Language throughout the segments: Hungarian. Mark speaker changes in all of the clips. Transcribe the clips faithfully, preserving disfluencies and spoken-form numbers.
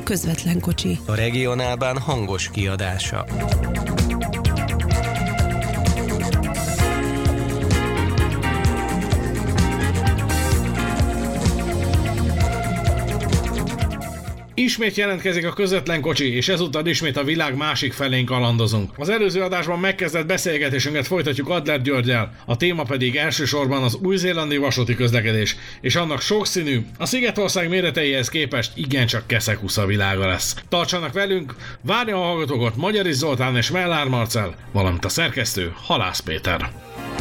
Speaker 1: Közvetlen kocsi.
Speaker 2: A regionálban hangos kiadása.
Speaker 3: Ismét jelentkezik a közvetlen kocsi, és ezúttal ismét a világ másik felén kalandozunk. Az előző adásban megkezdett beszélgetésünket folytatjuk Adler Györggyel, a téma pedig elsősorban az új-zélandi vasúti közlekedés, és annak sokszínű, a Szigetország méreteihez képest igencsak keszekusza világa lesz. Tartsanak velünk, várja a hallgatókat Magyari Zoltán és Mellár Marcell, valamint a szerkesztő Halász Péter.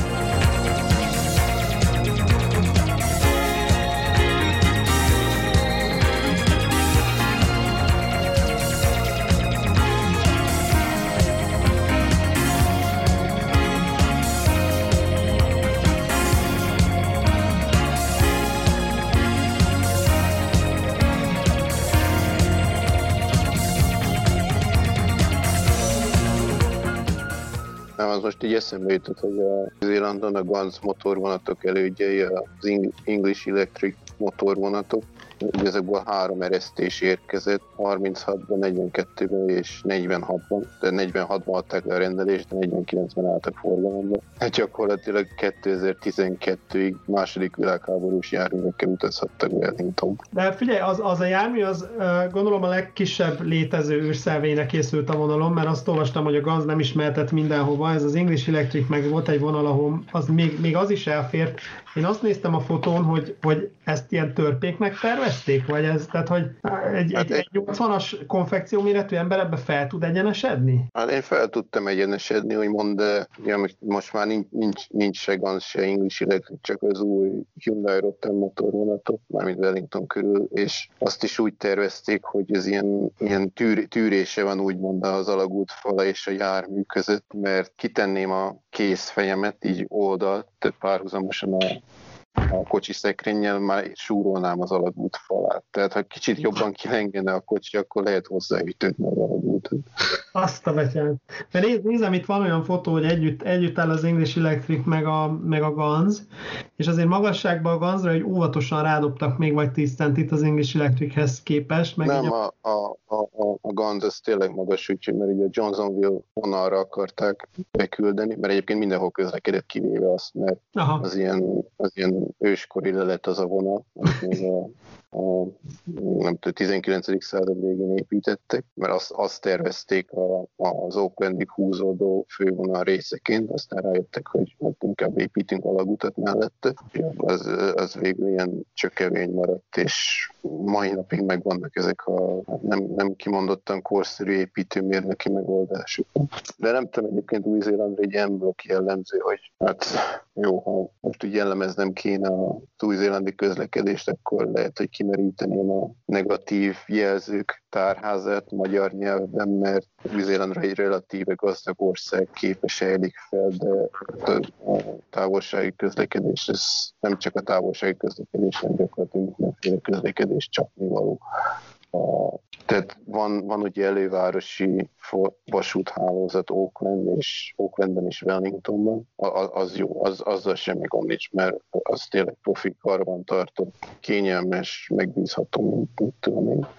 Speaker 4: Az most így eszembe jutott, hogy a Zélandon a Ganz motorvonatok elődjei az English Electric motorvonatok. Ezekből három eresztés érkezett, harminchatban, negyvenkettőben és negyvenhatban, de negyvenhatban adták le a rendelést, de negyvenkilencben álltak forgalomba. Hát gyakorlatilag kétezer-tizenkettőig második világháborús járművekkel utazhattak Wellington.
Speaker 5: De figyelj, az, az a jármű, az gondolom a legkisebb létező őrszelvénynek készült a vonalon, mert azt olvastam, hogy a Ganz nem is mehetett mindenhova, ez az English Electric, meg volt egy vonal, ahol az még, még az is elfért. Én azt néztem a fotón, hogy, hogy ezt ilyen törpéknek tervezték, vagy ez, tehát hogy egy, hát egy, egy nyolcvanas konfekció méretű ember ebbe fel tud egyenesedni?
Speaker 4: Hát én fel tudtam egyenesedni, úgymond, de ja, most már nincs, nincs, nincs se Ganz, se English Electric, csak az új Hyundai Rotem motorvonatok, mármint Wellington körül, és azt is úgy tervezték, hogy ez ilyen, ilyen tűr, tűrése van úgymond az alagútfala és a jármű között, mert kitenném a kézfejemet így oldalt, párhuzamosan a a kocsi szekrénnyel, már súrolnám az alagút falát. Tehát, ha kicsit jobban kilengene a kocsi, akkor lehet hozzáütődni az alagútot.
Speaker 5: Azt a betyán. Mert nézd, nézem, itt van olyan fotó, hogy együtt, együtt áll az English Electric meg a, meg a Ganz, és azért magasságban a Ganzra, hogy óvatosan rádobtak még vagy tíz centit az English Electrichez képest. Meg
Speaker 4: Nem, a, a, a, a Ganz az tényleg magas, úgyhogy, mert ugye a Johnsonville vonalra akarták beküldeni, mert egyébként mindenhol közlekedett, kivéve azt, mert az ilyen, az ilyen őskori lelet az a vonal, amit még a, a nem tudom, tizenkilencedik század végén építettek, mert azt, azt tervezték a, az Aucklandig húzódó fővonal részeként, aztán rájöttek, hogy inkább építünk alagutat mellette. Az, az végül ilyen csökevény maradt, és mai napig megvannak ezek a nem, nem kimondottan korszerű építőmérnöki megoldások. De nem tudom, egyébként Új-Zélandra egy M-blokk jellemző, hogy hát jó, ha most úgy jellemeznem kéne az új-zélandi közlekedést, akkor lehet, hogy kimeríteném a negatív jelzők tárházát magyar nyelvben, mert Új-Zélandra egy relatíve gazdag ország képes elég fel, de a távolsági közlekedés, ez nem csak a távolsági közlekedés, hanem gyakorlatilag mindenféle közlekedés csapnivaló. A, tehát van, van ugye elővárosi vasúthálózat Auckland, és Aucklandben és Wellingtonban, az, az jó, az, azzal semmi gond nincs, mert az tényleg profi karban tartott, kényelmes, megbízható, mint, mint tudom én.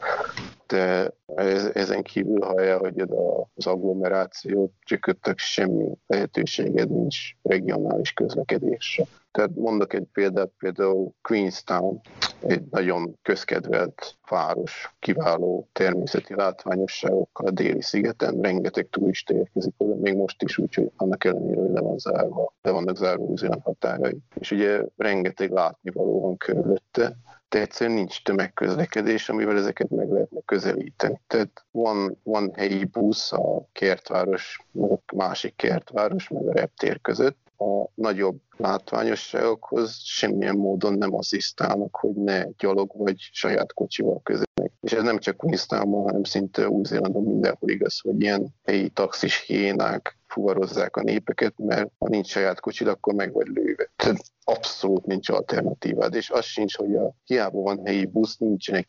Speaker 4: De ez, ezen kívül hallja, hogy az agglomerációt csököttök, semmi lehetőséged nincs regionális közlekedésre. Tehát mondok egy példát, például Queenstown, egy nagyon közkedvelt város, kiváló természeti látványosságokkal a déli szigeten, rengeteg turista érkezik oda, még most is úgy, hogy annak ellenére, hogy le van zárva, le vannak zárva Új-Zéland határai. És ugye rengeteg látnivaló van körülötte, de egyszerűen nincs tömegközlekedés, amivel ezeket meg lehetne közelíteni. Tehát van, van helyi busz a kertváros, meg a másik kertváros, meg a reptér között. A nagyobb látványosságokhoz semmilyen módon nem asszisztálnak, hogy ne gyalog vagy saját kocsival közlekednek. És ez nem csak Queenstownban, hanem szinte Új-Zélandon mindenhol igaz, hogy ilyen helyi taxis hiénák fuvarozzák a népeket, mert ha nincs saját kocsid, akkor meg vagy lőve. Abszolút nincs alternatívád, és az sincs, hogy a, hiába van helyi busz, nincsenek ilyen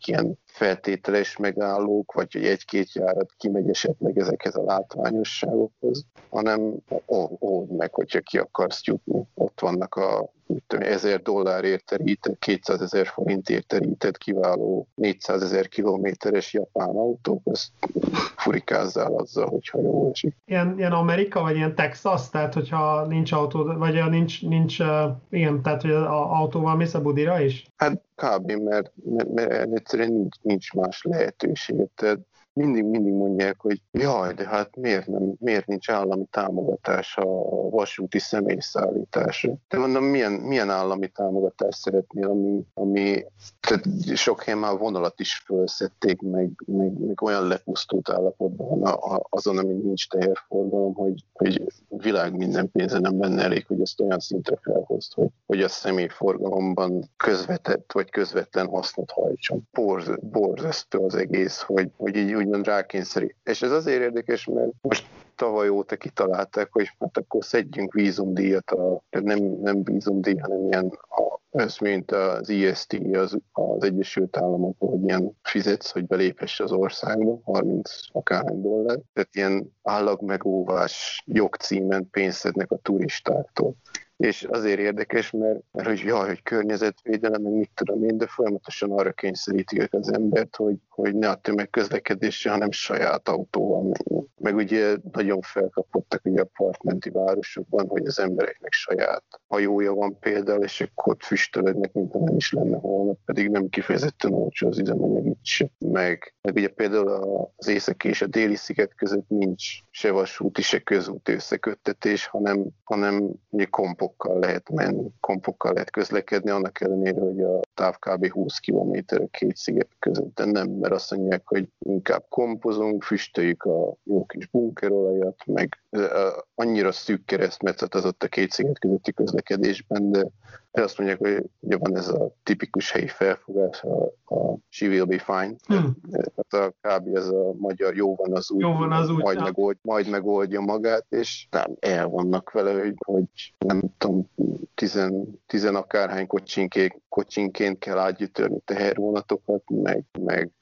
Speaker 4: feltételes megállók, vagy hogy egy-két járat kimegy esetleg ezekhez a látványosságokhoz, hanem old meg, hogyha ki akarsz jutni. Ott vannak a ezer dollárért terített, kétszázezer forintért terített kiváló négyszázezer kilométeres japán autók, ezt furikázzál azzal, hogyha jól esik.
Speaker 5: Ilyen, ilyen Amerika, vagy ilyen Texas, tehát hogyha nincs autó, vagy nincs, nincs uh, ilyen, tehát hogy az autóval mész a budira is?
Speaker 4: Hát kb. mert, mert, mert egyszerűen nincs, nincs más lehetőség. Tehát mindig, mindig mondják, hogy jaj, de hát miért, nem, miért nincs állami támogatás a vasúti személyszállításra? De mondom, milyen, milyen állami támogatást szeretnél, ami, ami tehát sok helyen már vonalat is felszették, meg, meg, meg olyan lepusztult állapotban van azon, ami nincs teherforgalom, hogy, hogy világ minden pénze nem lenne elég, hogy ezt olyan szintre felhozd, hogy, hogy a személyforgalomban közvetett vagy közvetlen hasznot hajtson. Borz, borzasztó az egész, hogy, hogy így úgymond rákényszerít. És ez azért érdekes, mert most tavaly óta kitalálták, hogy hát akkor szedjünk vízumdíjat, a, nem, nem vízumdíj, hanem ilyen, a, ez mint az I S T, az, az Egyesült Államokban, hogy ilyen fizetsz, hogy beléphess az országba, harminc akárhány dollár. Tehát ilyen állagmegóvás jogcímen pénzt szednek a turistáktól. És azért érdekes, mert, mert hogy jaj, hogy környezetvédelem, meg mit tudom én, de folyamatosan arra kényszerítik az embert, hogy, hogy ne a tömegközlekedésre, hanem saját autóval menjen. Meg ugye nagyon felkapottak ugye a partmenti városokban, hogy az embereknek saját hajója van például, és akkor ott füstölögnek, mint ha nem is lenne holnap, pedig nem kifejezetten olcsó az üzemanyag itt sem. Meg, meg ugye például az északi és a déli sziget között nincs se vasúti, se közúti összeköttetés, hanem, hanem ugye kompokkal lehet menni, kompokkal lehet közlekedni, annak ellenére, hogy a táv kb. húsz kilométer a két sziget között, de nem, mert azt mondják, hogy inkább kompozunk, füstöljük a jó kis bunkerolajat, meg annyira szűk keresztmetszet az ott a két sziget közötti közlekedésben, de azt mondják, hogy ugye van ez a tipikus helyi felfogás, a, a she will be fine. Hmm. Tehát a kb. Ez a magyar jó van az úgy,
Speaker 5: jó van az úgy
Speaker 4: majd, megold, majd megoldja magát, és nem, el vannak vele, hogy, hogy nem tudom, tizen, tizen akárhány kocsinként, kocsinként kell átgyűjtölni tehervonatokat, meg, meg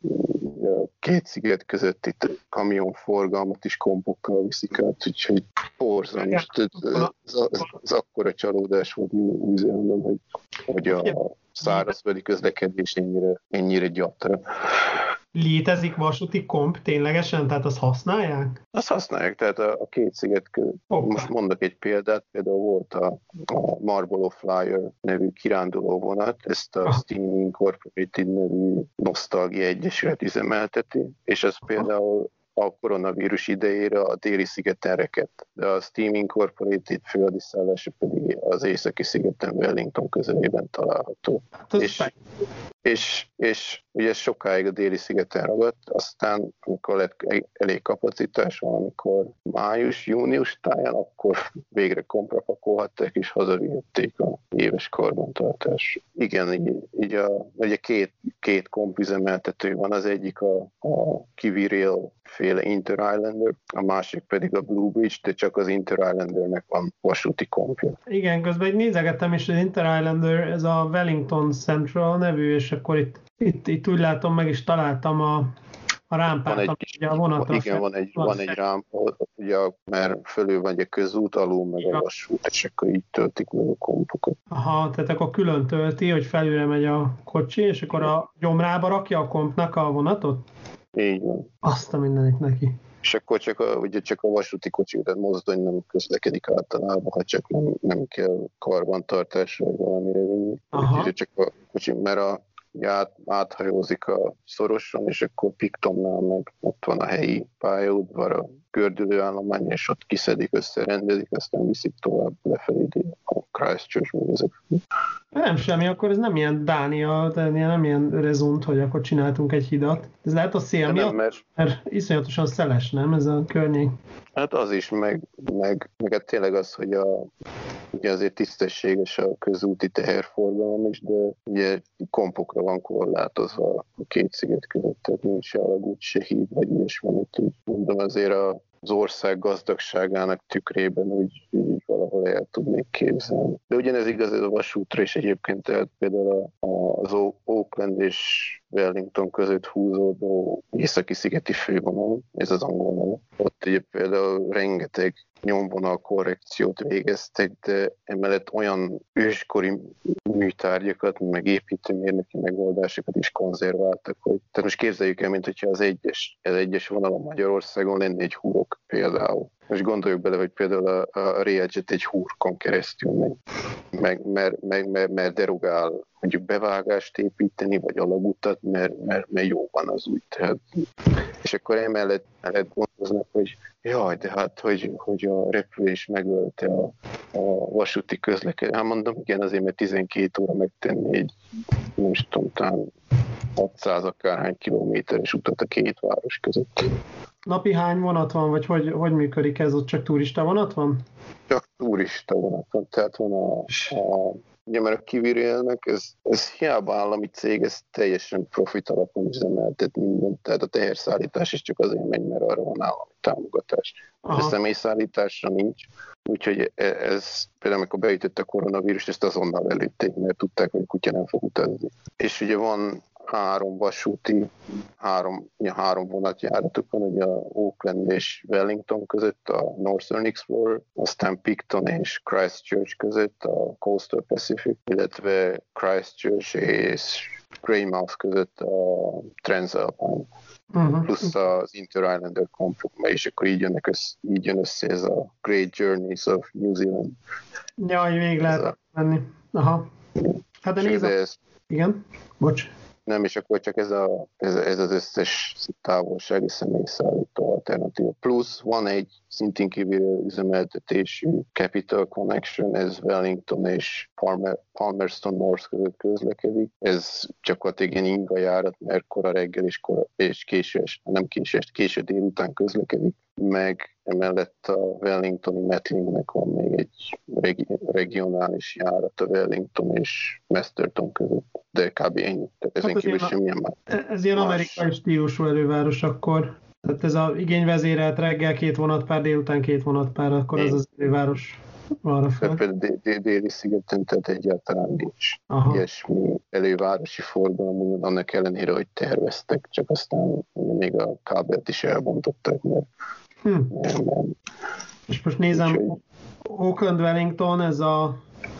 Speaker 4: két sziget között itt kamionforgalmat is kompokkal viszik át, úgyhogy borzalmas. Az, az, az akkora csalódás volt Új-Zélandon, hogy, hogy a szárazföldi közlekedés ennyire, ennyire gyatra.
Speaker 5: Létezik vasúti komp ténylegesen? Tehát azt használják?
Speaker 4: Azt használják, tehát a, a két sziget között. Okay. Most mondok egy példát, például volt a, a Marlboro Flyer nevű kiránduló vonat, ezt a ah. Steam Incorporated nevű Nosztalgia Egyesület üzemelteti, és ez például a koronavírus idejére a déli szigeten rekedt, de a Steam Incorporated főadiszállása pedig az északi szigeten Wellington közelében található. És, és, és ugye sokáig a déli szigeten ragadt, aztán amikor lett elég kapacitás, valamikor május-június táján, akkor végre kompra pakolhatták és hazavihették a éves karbantartás. Igen, így, így a, ugye két, két komp üzemeltető van, az egyik a, a Kiwi Rail féle Inter-Islander, a másik pedig a Blue Bridge, de csak az Inter-Islandernek van vasúti kompja.
Speaker 5: Igen, közben így nézegettem is, az Inter-Islander, ez a Wellington Central nevű, és akkor itt, itt, itt úgy látom, meg is találtam a, a rámpát,
Speaker 4: van egy kis,
Speaker 5: ugye a vonatra.
Speaker 4: Igen, fel, van egy, van van egy rámpa, ugye, mert fölül van egy közút, alul meg igen. A vasút, és akkor így töltik meg a kompokat.
Speaker 5: Aha, tehát akkor külön tölti, hogy felülre megy a kocsi, és akkor a gyomrába rakja a kompnak a vonatot?
Speaker 4: Így van.
Speaker 5: Azt a mindenit neki.
Speaker 4: És akkor csak a, ugye csak a vasúti kocsi, tehát mozdony nem közlekedik általában, ha csak nem, nem kell karbantartásra, vagy valamire vinni. Úgyhogy csak a kocsi, mert a, át, áthajózik a szoroson, és akkor Pictomnál meg ott van a helyi pályaudvar, a gördülőállomány, és ott kiszedik, összerendezik, aztán viszik tovább lefelé a Christchurch, meg ezek.
Speaker 5: Nem semmi, akkor ez nem ilyen Dánia, nem ilyen rezont, hogy akkor csináltunk egy hidat. Ez lehet a szél miatt, mert... mert iszonyatosan szeles, nem ez a környék?
Speaker 4: Hát az is, meg, meg, meg hát tényleg az, hogy a, ugye azért tisztességes a közúti teherforgalom is, de ugye kompokra van korlátozva a két sziget között, tehát nincs se alagút, se híd, vagy ilyesmi, amit így mondom, azért a az ország gazdagságának tükrében úgy, úgy valahol el tudnék képzelni. De ugyanez igaz a vasútra is egyébként, tehát például az Auckland és Wellington között húzódó északi-szigeti fővonal, ez az angol neve. Ott ugye például rengeteg nyomvonal korrekciót végeztek, de emellett olyan őskori műtárgyakat, meg építőmérnöki megoldásokat is konzerváltak, hogy tehát most képzeljük el, mint hogyha az egyes, az egyes vonalon Magyarországon lenne egy hurok például. Most gondoljuk bele, hogy például a, a Railjet egy hurkon keresztül megy, meg, mert, meg, mert, mert derogál mondjuk bevágást építeni, vagy alagutat, mert, mert, mert jó van az úgy. Tehát, és akkor emellett, emellett gondoznak, hogy jaj, de hát, hogy, hogy a repülés megölte a, a vasúti közlekedést. Hát mondom, igen, azért, mert tizenkét óra megtenni egy, nem is tudom, talán hatszáz akárhány kilométeres utat a két város között.
Speaker 5: Napi hány vonat van, vagy hogy, hogy működik ez? Ott csak turista vonat van?
Speaker 4: Csak turista vonat van, tehát van a, a ugye, mert a kivirélnek, ez, ez hiába állami cég, ez teljesen profit alapon üzemeltet mindent, tehát a teherszállítás is csak azért megy, mert arra van állami támogatás. Aha. A személyszállításra nincs, úgyhogy ez például, amikor beütött a koronavírus, ezt azonnal előtték, mert tudták, hogy a kutya nem fog utazni. És ugye van három vasúti, három, ugye három vonatjáratok van, ugye a Auckland és Wellington között a Northern Explorer, aztán Picton és Christchurch között a Coastal Pacific, illetve Christchurch és Greymouth között a Transalpine, uh-huh. plusz az Inter-Islander Complex, és akkor így, jönnek össze, így jön össze ez a Great Journeys of New Zealand.
Speaker 5: Jaj, még lehet a... menni. Aha. Hát de nézd, ez... Igen? Bocs.
Speaker 4: Nem, és akkor csak ez, a, ez, ez az összes távolsági személyszállító alternatíva. Plusz van egy szintén kívül üzemeltetésű Capital Connection, ez Wellington és Palmer, Palmerston North között közlekedik. Ez gyakorlatilag ilyen inga járat, mert kora reggel és, kora, és késő, nem késő, késő délután közlekedik. Meg emellett a Wellingtoni Metlingnek van még egy regi, regionális járat a Wellington és Masterton között, de kb. Ennyi. Tehát ezen hát kívül semmilyen már.
Speaker 5: Ez ilyen amerikai stílusú előváros akkor. Tehát ez az igényvezérelt reggel két vonatpár, délután két vonatpár, akkor az az előváros arra fel.
Speaker 4: Például déli szigeten, tehát egyáltalán nincs Aha. ilyesmi elővárosi forgalom, annak ellenére, hogy terveztek, csak aztán még a kábelt is elbontották, mert hm. nem, nem.
Speaker 5: És most nézem, Úgyhogy... Auckland Wellington, ez a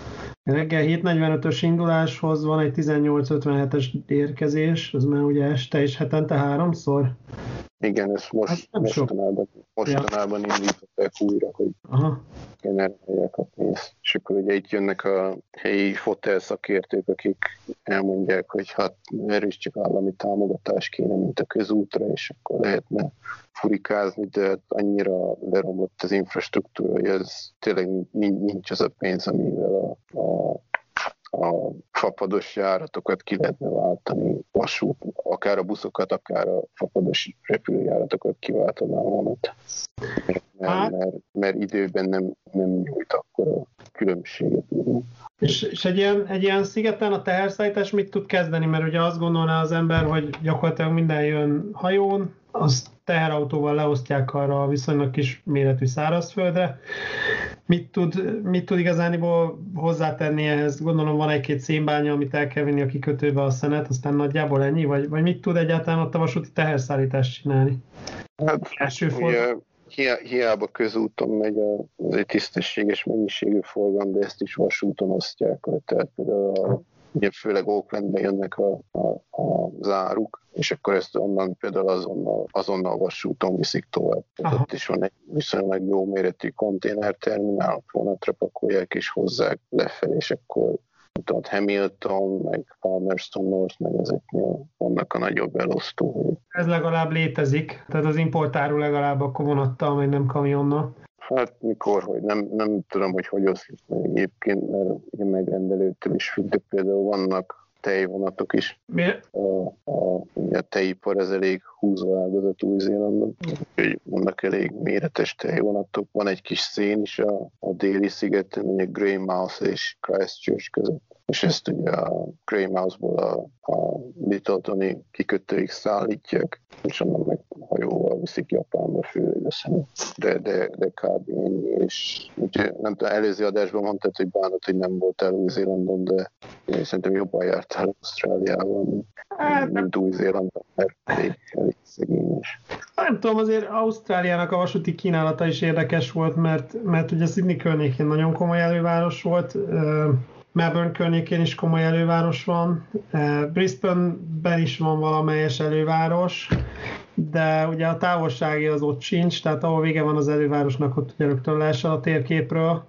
Speaker 5: reggel hét negyvenötös induláshoz van egy tizennyolc ötvenhetes érkezés, ez már ugye este és hetente háromszor.
Speaker 4: Igen, ezt most, hát mostanában, mostanában ja. indították újra, hogy generálják a pénzt. És akkor ugye itt jönnek a helyi hotel szakértők, akik elmondják, hogy hát erről is csak állami támogatás kéne, mint a közútra, és akkor lehetne furikázni, de hát annyira leromlott az infrastruktúra, hogy ez tényleg nincs az a pénz, amivel a, a a fapados járatokat ki lehetne váltani, vasút, akár a buszokat, akár a fapados repülőjáratokat kiváltanál vonat. Mert, mert, mert időben nem, nem nyújt akkor a különbséget.
Speaker 5: És, és egy, ilyen, egy ilyen szigeten a teherszállítás mit tud kezdeni? Mert ugye azt gondolná az ember, hogy gyakorlatilag minden jön hajón, azt teherautóval leosztják arra a viszonylag kis méretű szárazföldre. Mit tud, mit tud igazániból hozzátenni ehhez? Gondolom van egy-két szénbánya, amit el kell vinni a kikötőbe a szenet, aztán nagyjából ennyi? Vagy, vagy mit tud egyáltalán ott a vasúti teherszállítást csinálni?
Speaker 4: Hát, ugye, hiába közúton megy az egy tisztességes mennyiségű forgalom, de ezt is vasúton osztják. Tehát például a, ugye főleg Aucklandbe jönnek a, a, a záruk, és akkor ezt onnan például azonnal, azonnal vasúton viszik tovább. Ott is van egy viszonylag jó méretű konténerterminál, vonatra pakolják és hozzák lefelé, és akkor tudom, Hamilton, meg Palmerston North, meg ezeknél vannak a nagyobb elosztói.
Speaker 5: Ez legalább létezik, tehát az importárú legalább akkor vonattal, meg nem kamionnal.
Speaker 4: Hát mikor, hogy nem, nem tudom, hogy hogy oszlik meg egyébként, mert ugye megrendelőtől is függ, de például vannak tejvonatok is.
Speaker 5: Miért?
Speaker 4: A, a, a tejipar ez elég húzva ágazat Új-Zélandon, úgyhogy vannak elég méretes tejvonatok. Van egy kis szén is a, a déli szigeten, ugye Greymouth és Christchurch között. És ezt ugye a Greymouthból a, a Littletoni kikötőig szállítják, és onnan meg hajóval viszik Japánba főleg, de, de, de kb. Ennyi, és úgyhogy nem tudom, előző adásban mondtad, hogy bánod, hogy nem voltál Új-Zélandon, de én szerintem jobban jártál Ausztráliában,
Speaker 5: hát,
Speaker 4: mint Új-Zélandon, mert elég, elég szegény is.
Speaker 5: Nem tudom, azért Ausztráliának a vasúti kínálata is érdekes volt, mert, mert ugye Sydney környékén nagyon komoly előváros volt, Melbourne környékén is komoly előváros van, Brisbane-ben is van valamelyes előváros, de ugye a távolsági az ott sincs, tehát ahol vége van az elővárosnak, ott ugye rögtön leesel a térképről,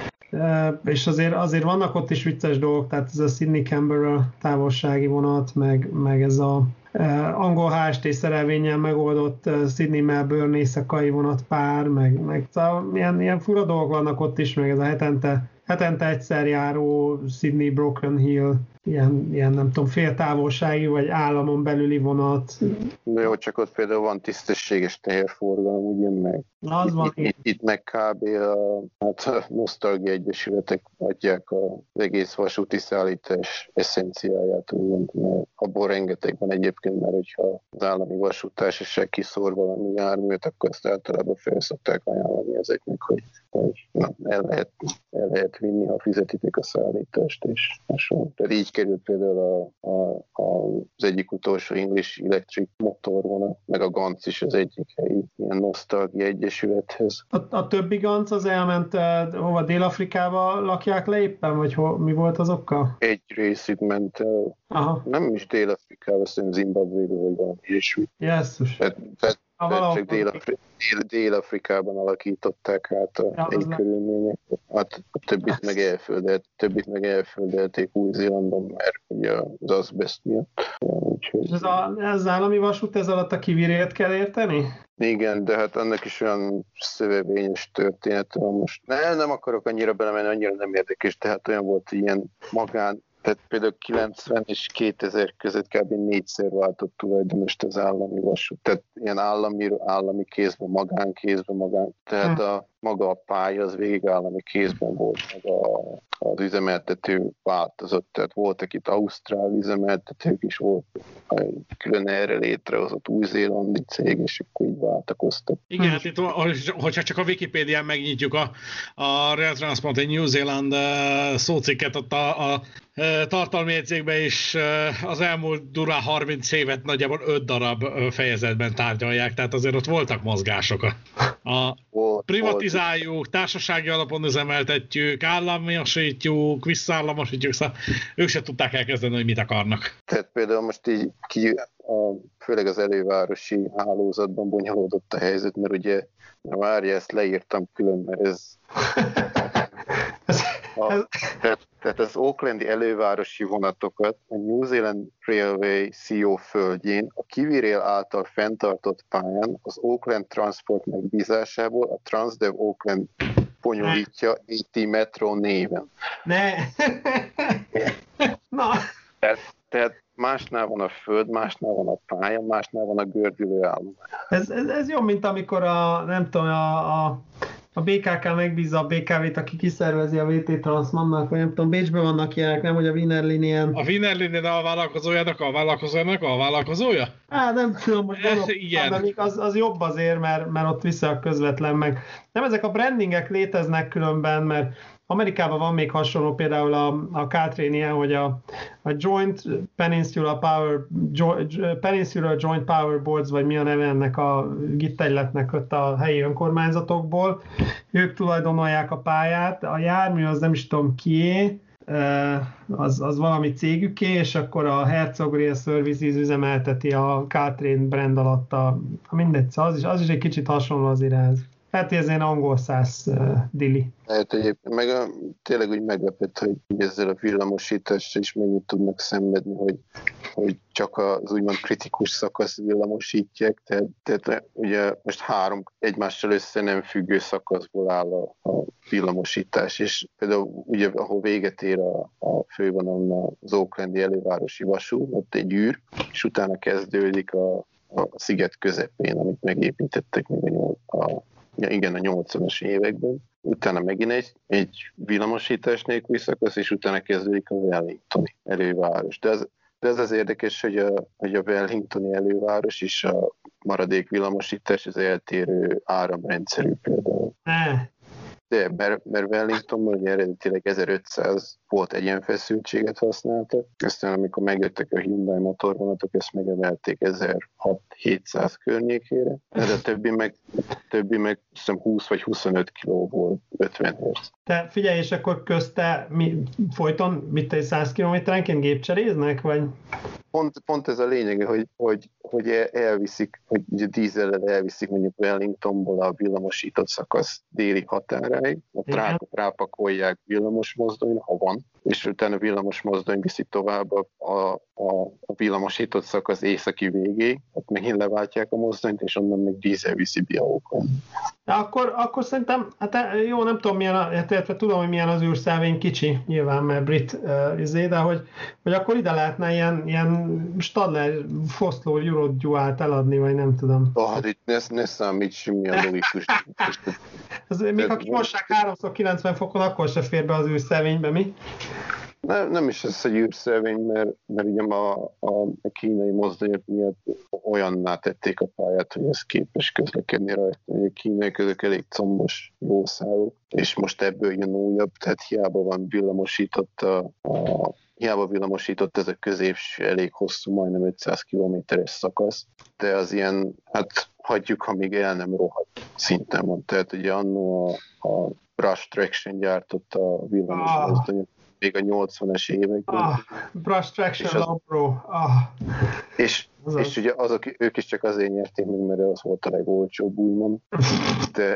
Speaker 5: és azért, azért vannak ott is vicces dolgok, tehát ez a Sydney-Canberra távolsági vonat, meg, meg ez a angol há es té szerelvénnyel megoldott Sydney-Melbourne éjszakai vonatpár, meg, meg szóval ilyen, ilyen fura dolgok vannak ott is, meg ez a hetente, hetente egyszer járó Sydney-Broken Hill, ilyen, ilyen nem tudom, féltávolsági vagy államon belüli vonat.
Speaker 4: De jó, csak ott például van tisztességes teherforgalom, ugye meg.
Speaker 5: Az van.
Speaker 4: Itt, itt, itt meg kb. A, hát a Nosztalgia Egyesületek adják az egész vasúti szállítás eszenciáját, úgymond, mert abból rengeteg van egyébként, mert hogyha az állami vasúttársaság kiszór valami járművet, akkor ezt általában fel szokták ajánlani ezeknek, hogy, hogy na, el, lehet, el lehet vinni, ha fizetitek a szállítást, és hasonló. Tehát így került például a, a, a, az egyik utolsó English Electric motorvonat, meg a Ganz is az egyik helyi ilyen Nosztalgia Egyesülethez.
Speaker 5: A, a többi Ganz az elment uh, hova, Dél-Afrikába lakják le éppen, vagy ho, mi volt az oka?
Speaker 4: Egy részük ment el, Aha. nem is Dél-Afrikába, szerintem Zimbabvébe, vagy valami ilyesmi.
Speaker 5: Jesszus.
Speaker 4: Tehát, tehát, tehát csak Dél-Afri- Dél- Dél-Afrikában alakították át a ja, helyi körülmények. Hát a többit meg, elföldelt, többit meg elföldelték Új-Zélandon, mert ugye az azbest miatt. Úgyhogy...
Speaker 5: És ez, a, ez állami vasút, ez alatt a kivirét kell érteni?
Speaker 4: Igen, de hát annak is olyan szövevényes történet van most. Nem, nem akarok annyira belemenni, annyira nem érdekes, tehát olyan volt ilyen magán, tehát például kilencven és kétezer között kb. négyszer váltott tulajdonost az állami vasút. Tehát ilyen állami, állami kézben, magánkézben, magán. Tehát a, maga a pálya az végig állami kézben volt, meg a, az üzemeltető változott. Tehát voltak itt ausztrál üzemeltetők is, volt külön erre létrehozott új-zélandi cég, és akkor így váltakoztak.
Speaker 3: Igen, hát itt, hogyha csak a Wikipédián megnyitjuk a, a Rail Transport in New Zealand szócikket, ott a, a tartalmi jegyzékben is az elmúlt durván harminc évet nagyjából öt darab fejezetben tárgyalják, tehát azért ott voltak mozgások. A
Speaker 4: volt,
Speaker 3: privatizáljuk, volt. Társasági alapon üzemeltetjük, államosítjuk, visszaállamosítjuk, szóval ők se tudták elkezdeni, hogy mit akarnak.
Speaker 4: Tehát például most így ki, a, főleg az elővárosi hálózatban bonyolódott a helyzet, mert ugye, várja, ezt leírtam külön, mert ez... A, tehát, tehát az aucklandi elővárosi vonatokat a New Zealand Railway cé e o földjén a Kiwi Rail által fenntartott pályán az Auckland Transport megbízásából a Transdev Auckland bonyolítja á té Metro néven.
Speaker 5: Ne! Na!
Speaker 4: Tehát, tehát másnál van a föld, másnál van a pálya, másnál van a gördülő állomány.
Speaker 5: Ez, ez, ez jobb, mint amikor a, nem tudom, a, a A bé ká ká megbízza a bé ká vét, aki kiszervezi a vé té Transmannak, vagy nem tudom, Bécsben vannak ilyenek, nem, hogy a Wiener Linien.
Speaker 3: A Wiener Linien a vállalkozójának a vállalkozójának a vállalkozója?
Speaker 5: Á, nem tudom, most gondolom, de az, az jobb azért, mert, mert ott vissza közvetlen meg. Nem, ezek a brandingek léteznek különben, mert Amerikában van még hasonló, például a, a Caltrain ilyen, hogy a, a Joint Peninsula Power, jo, Peninsula Joint Power Boards, vagy mi a neve ennek a gittegyletnek ott a helyi önkormányzatokból, ők tulajdonolják a pályát, a jármű az nem is tudom kié, az, az valami cégüké, és akkor a Herzog Rail Services üzemelteti a Caltrain brand alatt a, a mindegy, az is, az is egy kicsit hasonló azért ez. Hát ez ilyen angol száz uh, dili.
Speaker 4: Hát egyébként meg a, tényleg úgy meglepett, hogy ezzel a villamosítással is mennyit tudnak szenvedni, hogy, hogy csak az úgymond kritikus szakasz villamosítják, tehát, tehát ugye most három egymással össze nem függő szakaszból áll a, a villamosítás, és például ugye ahol véget ér a, a fővonalon az aucklandi elővárosi vasút, ott egy űr, és utána kezdődik a, a sziget közepén, amit megépítettek még a, a Ja, igen, a nyolcvanas években. Utána megint egy, egy villamosítás nélküli szakasz, és utána kezdődik a Wellingtoni előváros. De ez, de ez az érdekes, hogy a, hogy a Wellingtoni előváros is a maradék villamosítás, az eltérő áramrendszerű például.
Speaker 5: Ne.
Speaker 4: De, mert, mert Wellingtonban ugye eredetileg ezerötszáz volt egyenfeszültséget használtak, aztán amikor megjöttek a Hyundai motorvonatok, ezt megemelték ezerhatszáz-hétszáz környékére, de a többi meg, többi meg hiszem húsz vagy huszonöt kiló volt, ötven hertz.
Speaker 5: Te figyelj, és akkor közte mi, folyton, mit egy száz kilométerenként gépcseréznek, vagy?
Speaker 4: Pont, pont ez a lényege, hogy, hogy, hogy elviszik, hogy ugye dízellel elviszik mondjuk Wellingtonból a villamosított szakasz déli határáig, ott rá, rápakolják villamos mozdony, ha van, és utána a villamos mozdony viszik tovább a, a, a, a villamosított szakasz északi végéig, ott megint leváltják a mozdonyt, és onnan meg dízel viszi Biaókon.
Speaker 5: De akkor, akkor szerintem, hát jó, nem tudom milyen, hát tudom, hogy milyen az űrszelvény kicsi, nyilván, mert brit uh, izé, de hogy, hogy akkor ide lehetne ilyen, ilyen Stadler Foszló Eurodualt eladni, vagy nem tudom.
Speaker 4: Ah, itt ne, ne számít semmilyen logikus.
Speaker 5: Ez, még ha kimossák háromszor kilencven fokon, akkor se fér be az űrszelvénybe, mi?
Speaker 4: Nem, nem is ez egy űrszelvény, mert, mert ugye a, a, a kínai mozdonyok miatt olyanná tették a pályát, hogy ez képes közlekedni rajta. A kínai közök elég combos jószágok, és most ebből jön újabb, tehát hiába van villamosított a, a hiába villamosított ez a középső, elég hosszú, majdnem ötszáz kilométeres szakasz, de az ilyen, hát hagyjuk, amíg el nem rohadt szinten van. Tehát ugye annó a, a Brush Traction gyártott a villamos ah. mozdonyok, még a nyolcvanas években.
Speaker 5: Ah, Brush Traction Low Pro. Ah.
Speaker 4: És, és ugye azok, ők is csak azért nyerték meg, mert az volt a legolcsóbb, úgymond. De,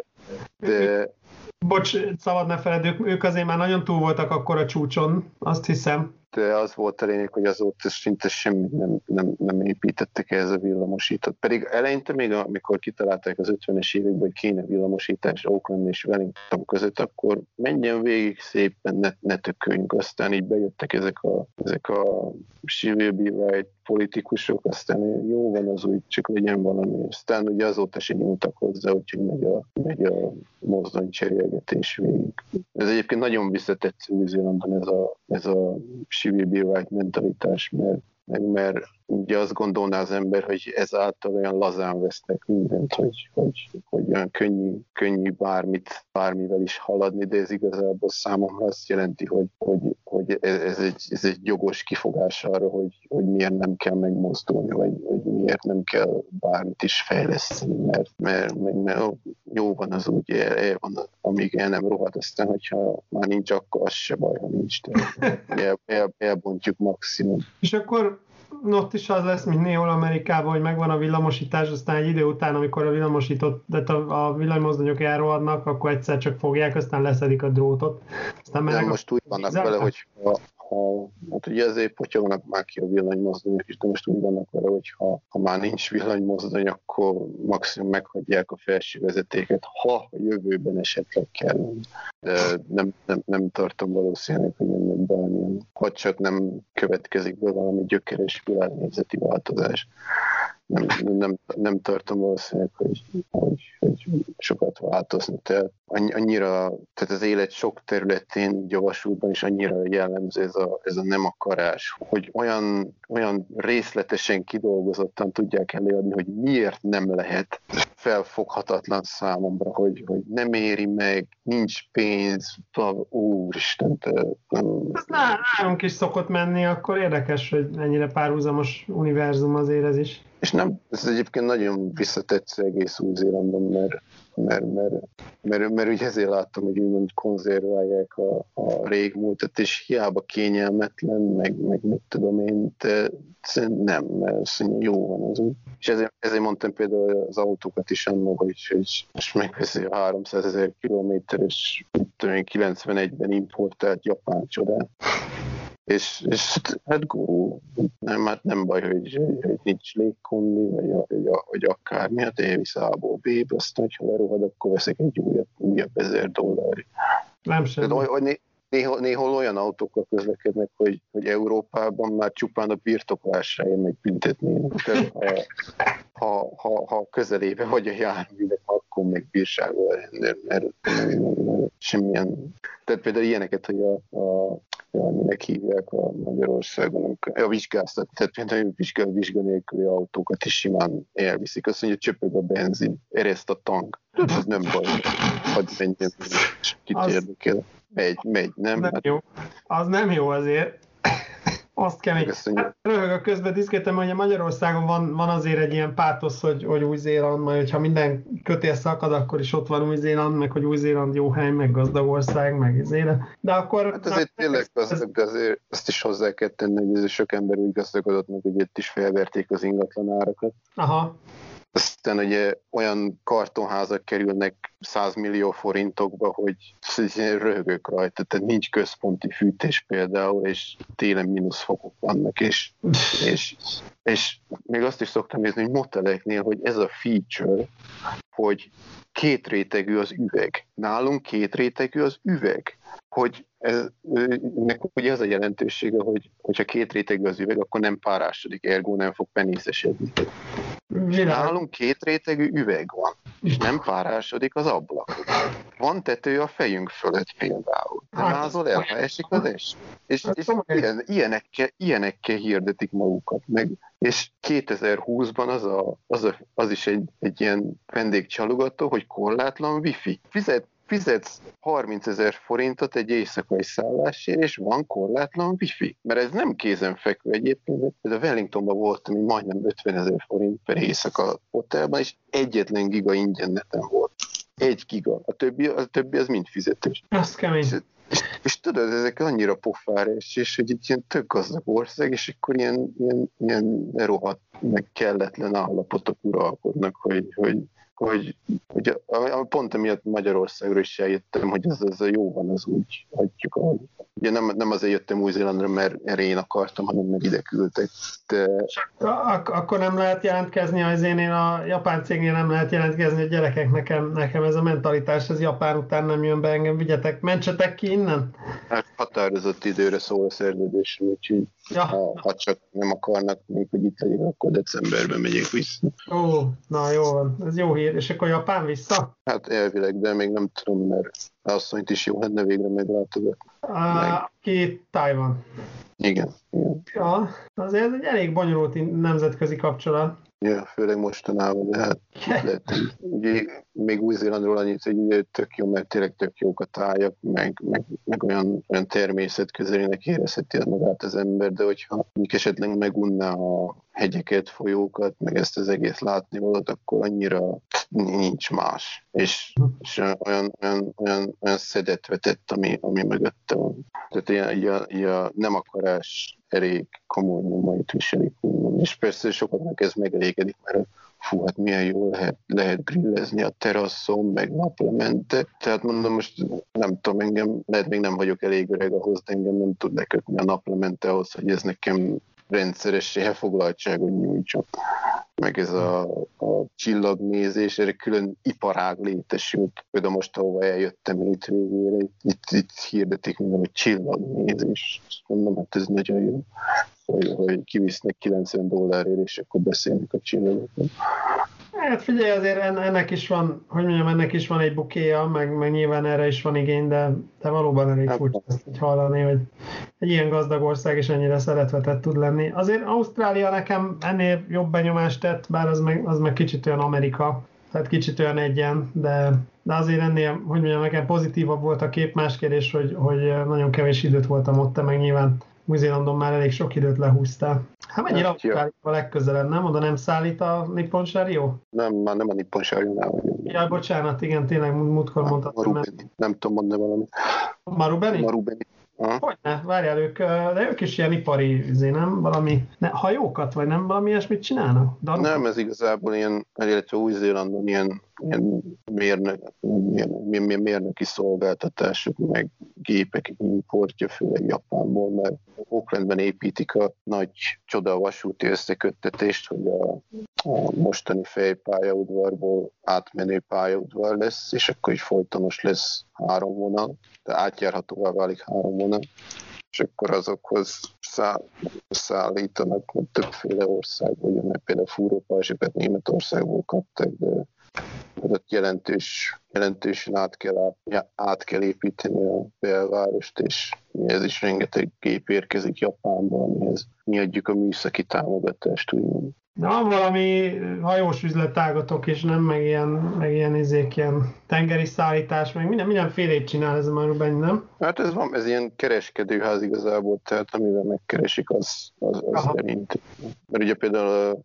Speaker 4: de
Speaker 5: bocs, szabad ne feled, ők, ők azért már nagyon túl voltak akkor a csúcson, azt hiszem.
Speaker 4: De az volt a lényeg, hogy azóta szinte semmit nem, nem, nem építettek ehhez a villamosítót. Pedig eleinte még, amikor kitalálták az ötvenes években, hogy kéne villamosítás Auckland és Wellington között, akkor menjen végig szépen, ne, ne tököljünk. Aztán így bejöttek ezek a, ezek a she will be right politikusok, aztán jó van az úgy, csak legyen valami. Aztán ugye azóta se nyúltak hozzá, úgyhogy megy a, megy a mozdonycserélgetés végig. Ez egyébként nagyon visszatetsző Új-Zélandon ez a, ez a she will be right mentalitás, mert, mert ugye azt gondolná az ember, hogy ezáltal olyan lazán vesznek mindent, hogy, hogy, hogy olyan könnyű, könnyű bármit, bármivel is haladni, de ez igazából számomra azt jelenti, hogy, hogy, hogy ez, egy, ez egy jogos kifogás arra, hogy, hogy miért nem kell megmozdulni, vagy, vagy miért nem kell bármit is fejleszteni, mert, mert, mert, mert jó van az úgy, el, el van, amíg el nem rohad, aztán, hogyha már nincs, akkor az se baj, ha nincs. El, el, elbontjuk maximum.
Speaker 5: És akkor ott is az lesz, mint néhol Amerikában, hogy megvan a villamosítás, aztán egy idő után, amikor a villamosított, tehát a, a villanymozdonyok elrohadnak, akkor egyszer csak fogják, aztán leszedik a drótot. Aztán
Speaker 4: nem, most úgy vannak vele, hogy ha, ha, hát ugye azért potyognak már ki a villanymozdonyok is, de most úgy vannak vele, hogy ha, ha már nincs villanymozdony, akkor maximum meghagyják a felső vezetéket, ha a jövőben esetleg kell. De nem, nem, nem tartom valószínűleg, hogy ennek bármilyen, ha csak nem következik be valami gyökeres világnézeti változás. Nem, nem, nem tartom valószínűleg, hogy, hogy, hogy sokat változni. Tehát annyira, tehát az élet sok területén, így a vasútban is annyira jellemző ez a, ez a nem akarás, hogy olyan, olyan részletesen kidolgozottan tudják előadni, hogy miért nem lehet, felfoghatatlan számomra, hogy, hogy nem éri meg, nincs pénz, úristen.
Speaker 5: Ez nálunk is szokott menni, akkor érdekes, hogy ennyire párhuzamos univerzum azért ez is.
Speaker 4: És nem, ez egyébként nagyon visszatetsző egész Új-Zélandon, mert, mert, mert, mert, mert ugye ezért láttam, hogy úgymond konzerválják a, a régmúltat, és hiába kényelmetlen, meg, meg mit tudom én, de nem, mert jó van az úgy. És ezért, ezért mondtam például az autókat is annól, hogy, hogy most megveszi a háromszázezer kilométeres, kilencvenegyben importált japán csodát. És, és hát gurú, nem, hát nem baj, hogy, hogy nincs légkondi, vagy, vagy, vagy akármi, hát elvisz A-ból B-be, aztán, hogyha lerohad, akkor veszek egy újabb, újabb ezer dollár. Nem sem. Tehát, néhol, néhol olyan autókkal közlekednek, hogy, hogy Európában már csupán a birtoklásáért megbüntetnének. Ha, ha, ha, ha közelébe vagy a járműnek, akkor meg bírságol, mert, mert, mert semmilyen... Tehát például ilyeneket, hogy a, a minek hívják a Magyarországon, a vizsgáztat, tehát például vizsga, vizsga nélküli autókat is simán elviszik. Azt mondja, csöpög a benzin, ereszt a tank. Ez nem baj, hadd menjen, kit az... érdekel. Megy, megy, nem?
Speaker 5: Nem
Speaker 4: hát...
Speaker 5: jó. Az nem jó azért. Azt kemény. Hát, röhögök közben diszkétem, hogy Magyarországon van, van azért egy ilyen pátosz, hogy, hogy Új-Zéland, majd hogyha minden kötél szakad, akkor is ott van Új-Zéland, meg hogy Új-Zéland jó hely, meg gazdag ország, meg izére. De akkor...
Speaker 4: Hát azért na, tényleg gazdag, de azért azt is hozzá kell tenni, hogy ez sok ember úgy gazdagodott, meg hogy itt is felverték az ingatlan árakat.
Speaker 5: Aha.
Speaker 4: Aztán ugye olyan kartonházak kerülnek száz millió forintokba, hogy röhögök rajta, tehát nincs központi fűtés például, és télen mínuszfokok vannak, és, és, és még azt is szoktam nézni, hogy moteleknél, hogy ez a feature, hogy két rétegű az üveg. Nálunk két rétegű az üveg. Hogy ez, nek ugye az a jelentősége, hogy hogyha két rétegű az üveg, akkor nem párásodik, ergo nem fog penészesedni. Nálunk két rétegű üveg van, és nem párásodik az ablak. Van tető a fejünk fölött például. Nem házol el, ha esik az es. És, és ilyen, ilyenekkel, ilyenekkel hirdetik magukat meg. És kétezer-húszban az, a, az, a, az is egy, egy ilyen vendégcsalogató, hogy korlátlan wifi. Fizet fizetsz harmincezer forintot egy éjszakai szállásért, és van korlátlan wifi. Mert ez nem kézenfekvő egyébként. Ez a Wellingtonban voltam, hogy majdnem ötvenezer forint per éjszaka hotelban, és egyetlen giga ingyen neten volt. Egy giga. A többi, a többi az mind fizetős.
Speaker 5: Az kemény.
Speaker 4: És, és, és tudod, ezek annyira pofára és hogy itt ilyen tök gazdag ország, és akkor ilyen, ilyen, ilyen rohadt, meg kelletlen állapotok uralkodnak, hogy, hogy hogy, hogy a, a, pont emiatt Magyarországról is eljöttem, hogy ez, ez jó van, az úgy hagyjuk, ahogy. Ugye nem, nem azért jöttem Új-Zélandra, mert erre én akartam, hanem mert ide küldtek. De...
Speaker 5: Ak- akkor nem lehet jelentkezni, az énnél a japán cégnél nem lehet jelentkezni, hogy gyerekek, nekem, nekem ez a mentalitás, ez Japán után nem jön be, engem vigyetek, mentsetek ki innen?
Speaker 4: Hát határozott időre szól a szerződés, úgyhogy ja. ha, ha csak nem akarnak még, hogy itt legyek, akkor decemberben megyek vissza.
Speaker 5: Ó, na jó van, ez jó hír. És akkor Japán vissza?
Speaker 4: Hát elvileg, de még nem tudom, mert asszonyt is jó lenne végre meglátogatni.
Speaker 5: Meg. Ki Tajvan.
Speaker 4: Igen, igen.
Speaker 5: Ja, azért ez egy elég bonyolult nemzetközi kapcsolat.
Speaker 4: Ja, főleg mostanában, de hát lehet, ugye, még Új-Zélandról annyit, hogy ugye, tök jó, mert tényleg tök jók a tájak, meg, meg, meg olyan, olyan természetközelének érezheti magát az ember, de hogyha esetleg megunná a hegyeket, folyókat, meg ezt az egész látnivalót, akkor annyira nincs más. És, és olyan, olyan, olyan, olyan szedet vetett, ami, ami mögötte van. Tehát ilyen, ilyen, ilyen nem akarás elég komoly nyomait viselik. És persze sokaknak ez megelégedik, mert fú, hát milyen jó lehet, lehet grillezni a teraszon, meg naplemente. Tehát mondom, most nem tudom, engem, lehet még nem vagyok elég öreg ahhoz, de engem nem tud lekötni a naplemente ahhoz, hogy ez nekem rendszeres elfoglaltságot nyújtson. Meg ez a, a csillagnézés, erre külön iparág létesült. Például most, ahova eljöttem itt végére, itt, itt hirdetik minden, hogy csillagnézés. Mondom, hát ez nagyon jó, hogy, hogy kivisznek kilencven dollárért, és akkor beszélnek a csillagokról.
Speaker 5: Hát figyelj, azért ennek is van, hogy mondjam, ennek is van egy bukéja, meg, meg nyilván erre is van igény, de, de valóban elég furcsa ezt így hallani, hogy egy ilyen gazdag ország is ennyire szeretvetett tud lenni. Azért Ausztrália nekem ennél jobb benyomást tett, bár az meg, az meg kicsit olyan Amerika, tehát kicsit olyan egyen, de, de azért ennél, hogy mondjam, nekem pozitívabb volt a kép. Más kérdés, hogy, hogy nagyon kevés időt voltam ott, meg nyilván Új-Zélandon már elég sok időt lehúztál. Hát mennyire Ausztrália a legközelebb, nem? Oda nem szállít a Nippon Sharyo?
Speaker 4: Nem, már nem a Nippon Sharyo-nál vagyunk.
Speaker 5: Ja, bocsánat, igen, tényleg múltkor mondtad.
Speaker 4: Marubeni, mert... nem tudom mondani valamit.
Speaker 5: Marubeni?
Speaker 4: Marubeni.
Speaker 5: Hogyne, várjál, ők, de ők is ilyen ipari, nem? Valami ne, hajókat, vagy nem valami ilyesmit csinálnak? Daruk?
Speaker 4: Nem, ez igazából ilyen, illetve Új-Zélandon ilyen, ilyen, mérnök, ilyen mérnöki szolgáltatások, meg gépek importja, főleg Japánból, mert Aucklandben építik a nagy csoda vasúti összeköttetést, hogy a, a mostani fejpályaudvarból átmenő pályaudvar lesz, és akkor is folytonos lesz három vonal, de átjárhatóvá válik három vonal, és akkor azokhoz száll, szállítanak többféle országból, mert például fúrópajzsokat Németországból kaptak, de ott jelentős, jelentősen át kell, át, át kell építeni a belvárost, és ez is rengeteg gép érkezik Japánból, amihez mi adjuk a műszaki támogatást, úgymond.
Speaker 5: Na, valami hajós üzletágatok, és nem meg ilyen, meg ilyen izék, ilyen tengeri szállítás, meg minden, mindenfélét csinál ez a Marubeni, nem?
Speaker 4: Hát ez van, ez ilyen kereskedőház igazából, tehát amivel megkeresik, az, az, az szerint. Mert ugye például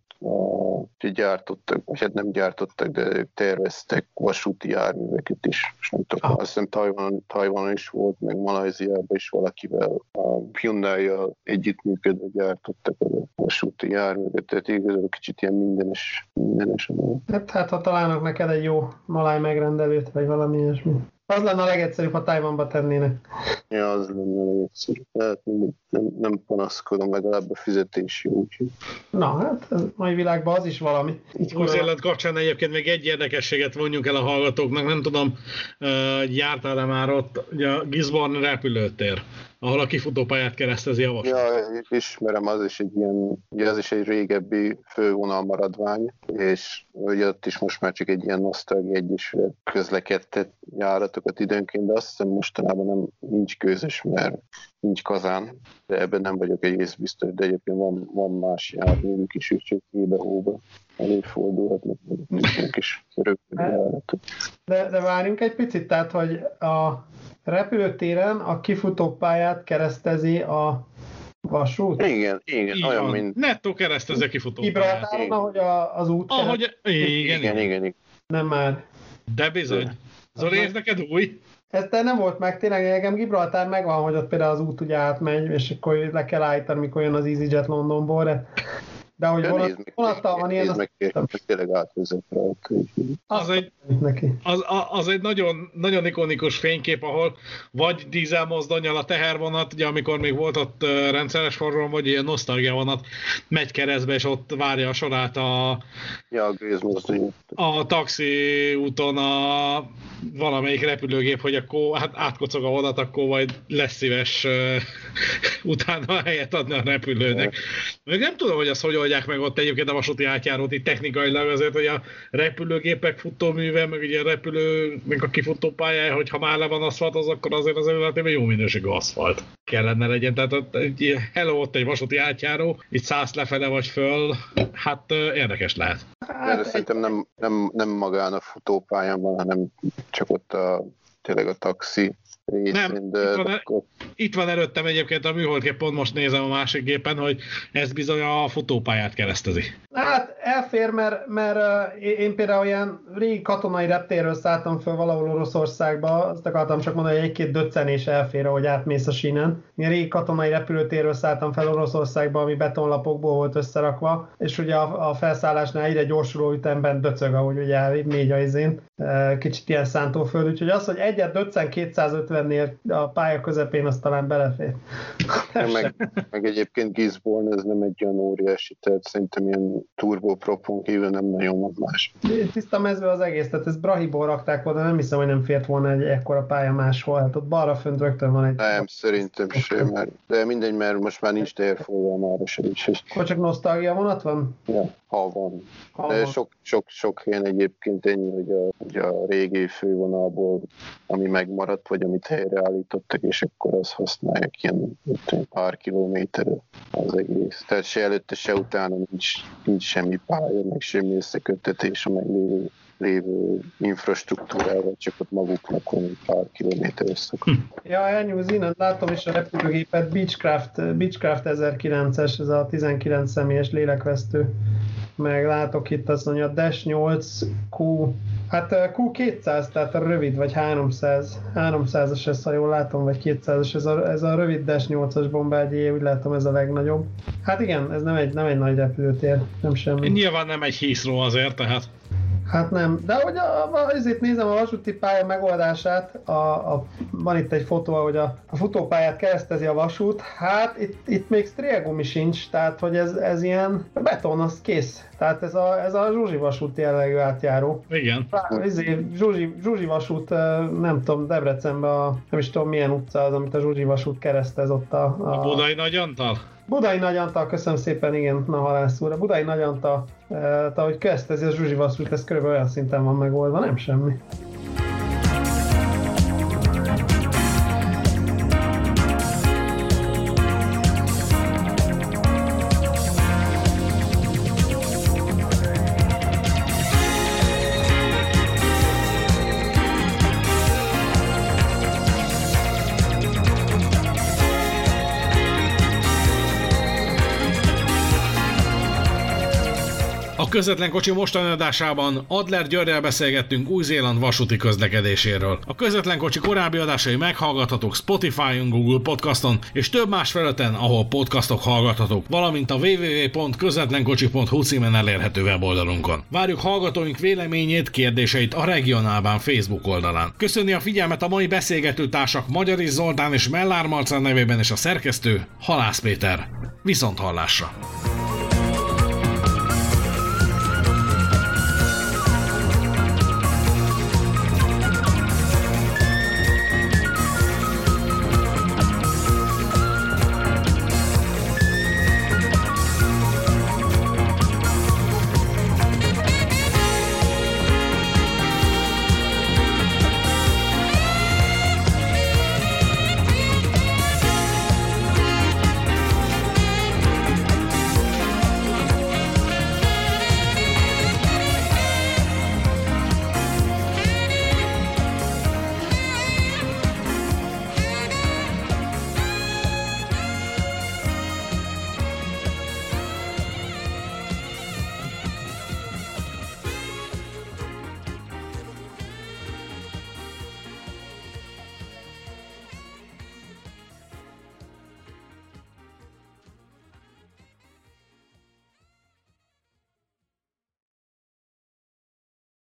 Speaker 4: a, gyártottak, vagy hát nem gyártottak, de ők terveztek vasúti járműveket is. És nem tudom, azt hiszem Tajvan, Tajvanon is volt, meg Malajziában is valakivel a Hyundai-jal együttműködve gyártottak a vasúti járműveket, tehát igazából kicsit ilyen mindenes. mindenes
Speaker 5: hát, hát ha találnak neked egy jó maláj megrendelőt, vagy valami ilyesmi. Az lenne a legegyszerűbb, ha Tajvanba tennének.
Speaker 4: Ja, az lenne a legegyszerűbb. Tehát nem, nem panaszkodom, legalább a fizetés jó. Úgyhogy.
Speaker 5: Na hát, a mai világban az is valami.
Speaker 3: Az élet kapcsán egyébként még egy érdekességet vonjunk el a hallgatóknak. Nem tudom, jártál-e már ott, ugye a Gisborne repülőtér, ahol a kifutópályát keresztezi a vasút.
Speaker 4: Ja, ismerem, az is egy ilyen, ugye az is egy régebbi fővonal maradvány, és ugye ott is most már csak egy ilyen nosztalgia egyesület közlekedtet járatokat időnként, de azt hiszem mostanában nem nincs közös, mert nincs kazán, de ebben nem vagyok egész biztos, de egyébként van, van más járművük is, úgyhogy hébe-hóba előfordulhatnak nekünk is rögtön járatok.
Speaker 5: De, de várjunk egy picit, tehát, hogy a repülőtéren a kifutópályát keresztezi a vasút?
Speaker 4: Igen, igen,
Speaker 3: így
Speaker 4: olyan,
Speaker 3: van.
Speaker 4: mint...
Speaker 3: Nettó keresztezi a kifutópályát.
Speaker 5: Gibraltáron, ahogy a, az út
Speaker 3: Ahogy, igen,
Speaker 4: igen, igen, igen, igen.
Speaker 5: Nem már.
Speaker 3: De bizony. Zoli, ez neked új?
Speaker 5: Ez te nem volt meg, tényleg nekem Gibraltár megvan, hogy ott például az út ugye átmegy, és akkor le kell állítani, mikor jön az EasyJet Londonból, de, de hogy vonat, vonattal van ilyen,
Speaker 4: azt nem. Tényleg átvezet rajta.
Speaker 3: Az egy, az, az egy nagyon, nagyon ikonikus fénykép, ahol vagy dízelmozdonnyal a tehervonat, ugye amikor még volt ott rendszeres forgalom, vagy ilyen nosztalgia vonat, megy keresztbe, és ott várja a sorát a,
Speaker 4: ja, a,
Speaker 3: a taxi úton a valamelyik repülőgép, hogy akkor hát átkocog a vonat, akkor majd lesz szíves uh, utána helyet adni a repülőnek. Még nem tudom, hogy azt hogy oldják meg ott egyébként a vasúti átjárót itt technikailag azért, hogy a repülőgépek futóműve, meg ugye a repülő, meg a kifutópályája, hogy ha már le van aszfalt, az akkor azért az életében jó minőségű aszfalt kellene legyen. Tehát ott, egy, hello, ott egy vasúti átjáró, itt szállsz lefele vagy föl, hát uh, érdekes lehet.
Speaker 4: Hát, de szerintem nem, nem, nem magán a futópályán van, hanem csak ott a, tényleg a taxi részén.
Speaker 3: Nem,
Speaker 4: de
Speaker 3: itt, van,
Speaker 4: akkor...
Speaker 3: itt van előttem egyébként a műholdgép, pont most nézem a másik gépen, hogy ez bizony a futópályát keresztezi.
Speaker 5: Hát elfér, mert, mert uh, én például ilyen régi katonai reptérről szálltam föl valahol Oroszországba, azt akartam csak mondani, hogy egy-két döccenés elfér, ahogy átmész a sínen. Én régi katonai repülőtérről szálltam fel Oroszországba, ami betonlapokból volt összerakva, és ugye a, a felszállásnál egyre gyorsuló ütemben döcög, ahogy ugye mégy a izén. Kicsit ilyen szántóföld, úgyhogy az, hogy egyet döccen kétszázötvennél a pálya közepén, az talán belefér.
Speaker 4: meg, meg egyébként Gisborne, ez nem egy olyan óriási, tehát szerintem ilyen turbopropon kívül nem nagyon van más.
Speaker 5: Tiszta mező az egész, tehát ezt Brahiból rakták volna, nem hiszem, hogy nem fért volna egy ekkora pálya máshol, hát ott balra fönt rögtön van egy...
Speaker 4: Nem, szerintem sem, mert, de mindegy, mert most már nincs térforgalmára sem is.
Speaker 5: Akkor csak nosztalgia vonat van?
Speaker 4: Ja, ha van.
Speaker 5: Ha
Speaker 4: de
Speaker 5: van.
Speaker 4: sok, sok, sok helyen egyébként ennyi, hogy a, hogy a régi fővonalból, ami megmaradt, vagy amit helyreállítottak, és akkor azt használják ilyen pár kilométerre az egész. Tehát se előtte, se utána nincs, nincs semmi pálya, meg semmi összeköttetés a meglévő lévő infrastruktúrával, csak ott maguknak van pár kilométer összak.
Speaker 5: Ja, elnyúz innen, látom is a repülőgépet, Beechcraft, Beechcraft ezerkilences, ez a tizenkilenc személyes lélekvesztő. Meg látok itt azt mondja, a Dash nyolc Q, hát Q kétszáz, tehát a rövid, vagy háromszáz, háromszázas ez, ha jól látom, vagy kétszázas, ez a, ez a rövid Dash nyolcas Bombardier, úgy látom ez a legnagyobb. Hát igen, ez nem egy, nem egy nagy repülőtér, nem semmi.
Speaker 3: Nyilván nem egy Heathrow azért, tehát.
Speaker 5: Hát nem, de hogy a, a, azért nézem a vasúti pálya megoldását, a, a van itt egy fotó, ahogy a, a futópályát keresztezi a vasút, hát itt, itt még striegumi sincs, tehát hogy ez, ez ilyen beton, az kész. Tehát ez a, ez a Zsuzsi vasút jellegű átjáró.
Speaker 3: Igen.
Speaker 5: Zsuzsi, Zsuzsi vasút, nem tudom, Debrecenben a, nem is tudom milyen utca az, amit a Zsuzsi vasút keresztez ott a...
Speaker 3: A, a Budai Nagy Antal?
Speaker 5: Budai Nagy Antal, köszönöm szépen, igen, na halász úr. A Budai Nagy Antal, tehát ahogy keresztezi a Zsuzsi vasút, ez körülbelül olyan szinten van megoldva, nem semmi.
Speaker 3: A Közvetlen Kocsi mostani adásában Adler Györgyel beszélgettünk Új-Zéland vasúti közlekedéséről. A Közvetlen Kocsi korábbi adásai meghallgathatók Spotify-on, Google Podcaston és több más felületen, ahol podcastok hallgathatók, valamint a double-u double-u double-u pont közvetlenkocsi pont hu címen elérhető weboldalunkon. Várjuk hallgatóink véleményét, kérdéseit a Regionálbán Facebook oldalán. Köszöni a figyelmet a mai beszélgető társak Magyari Zoltán és Mellár Marcel nevében és a szerkesztő Halász Péter. Viszont hallásra!